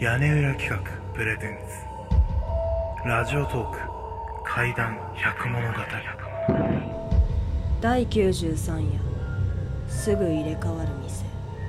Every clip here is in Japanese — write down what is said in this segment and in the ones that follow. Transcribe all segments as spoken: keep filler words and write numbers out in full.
屋根裏企画プレゼンツラジオトーク怪談百物語だいきゅうじゅうさん夜すぐ入れ替わる店。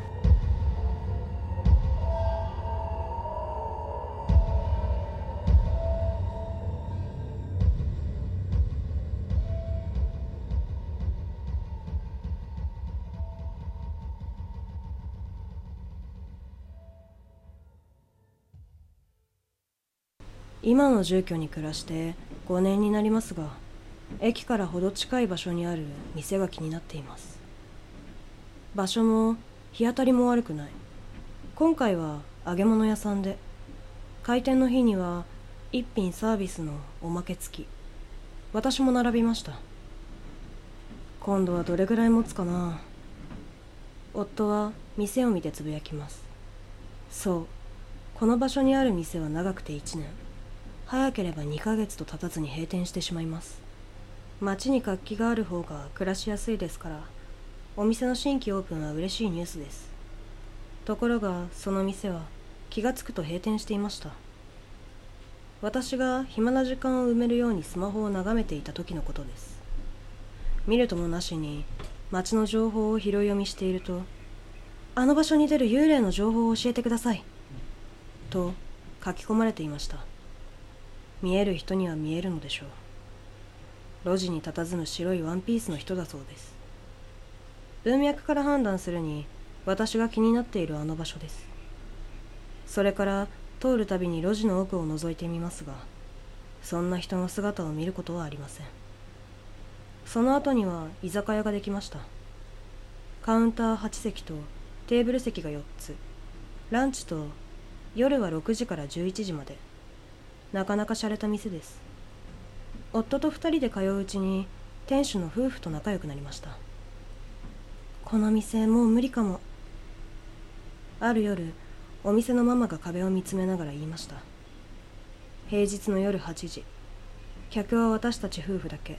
今の住居に暮らしてごねんになりますが、駅からほど近い場所にある店が気になっています。場所も日当たりも悪くない。今回は揚げ物屋さんで、開店の日には一品サービスのおまけ付き。私も並びました。今度はどれぐらい持つかな。夫は店を見てつぶやきます。そう、この場所にある店は長くていちねん、早ければにかげつと経たずに閉店してしまいます。街に活気がある方が暮らしやすいですから、お店の新規オープンは嬉しいニュースです。ところがその店は気がつくと閉店していました。私が暇な時間を埋めるようにスマホを眺めていた時のことです。見るともなしに街の情報を拾い読みしていると、あの場所に出る幽霊の情報を教えてくださいと書き込まれていました。見える人には見えるのでしょう。路地に佇む白いワンピースの人だそうです。文脈から判断するに、私が気になっているあの場所です。それから通るたびに路地の奥を覗いてみますが、そんな人の姿を見ることはありません。その後には居酒屋ができました。カウンターはちせきとテーブル席がよっつ、ランチと夜はろくじからじゅういちじまで。なかなか洒落た店です。夫と二人で通ううちに店主の夫婦と仲良くなりました。この店もう無理かも。ある夜、お店のママが壁を見つめながら言いました。平日の夜はちじ、客は私たち夫婦だけ。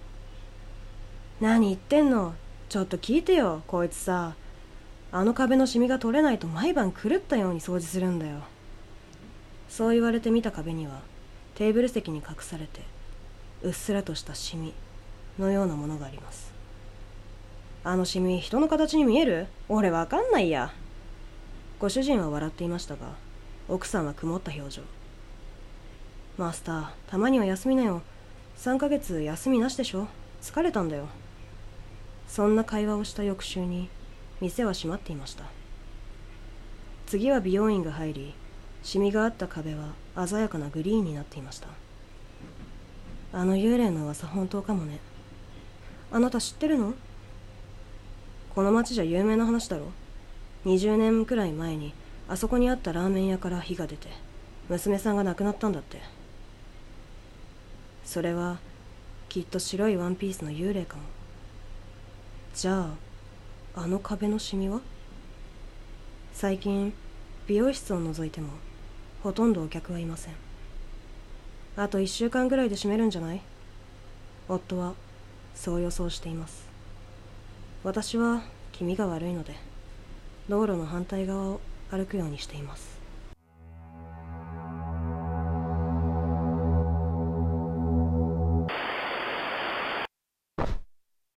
何言ってんの、ちょっと聞いてよ。こいつさ、あの壁のシミが取れないと毎晩狂ったように掃除するんだよ。そう言われて見た壁にはテーブル席に隠されてうっすらとしたシミのようなものがあります。あのシミ、人の形に見える？俺わかんないや。ご主人は笑っていましたが、奥さんは曇った表情。マスター、たまには休みなよ。さんかげつ休みなしでしょ。疲れたんだよ。そんな会話をした翌週に店は閉まっていました。次は美容院が入り、シミがあった壁は鮮やかなグリーンになっていました。あの幽霊の噂本当かもね。あなた知ってるの？この町じゃ有名な話だろ。にじゅうねんくらい前にあそこにあったラーメン屋から火が出て娘さんが亡くなったんだって。それはきっと白いワンピースの幽霊かも。じゃああの壁のシミは？最近美容室を除いてもほとんどお客はいません。あといっしゅうかんぐらいで閉めるんじゃない？夫はそう予想しています。私は気味が悪いので道路の反対側を歩くようにしています。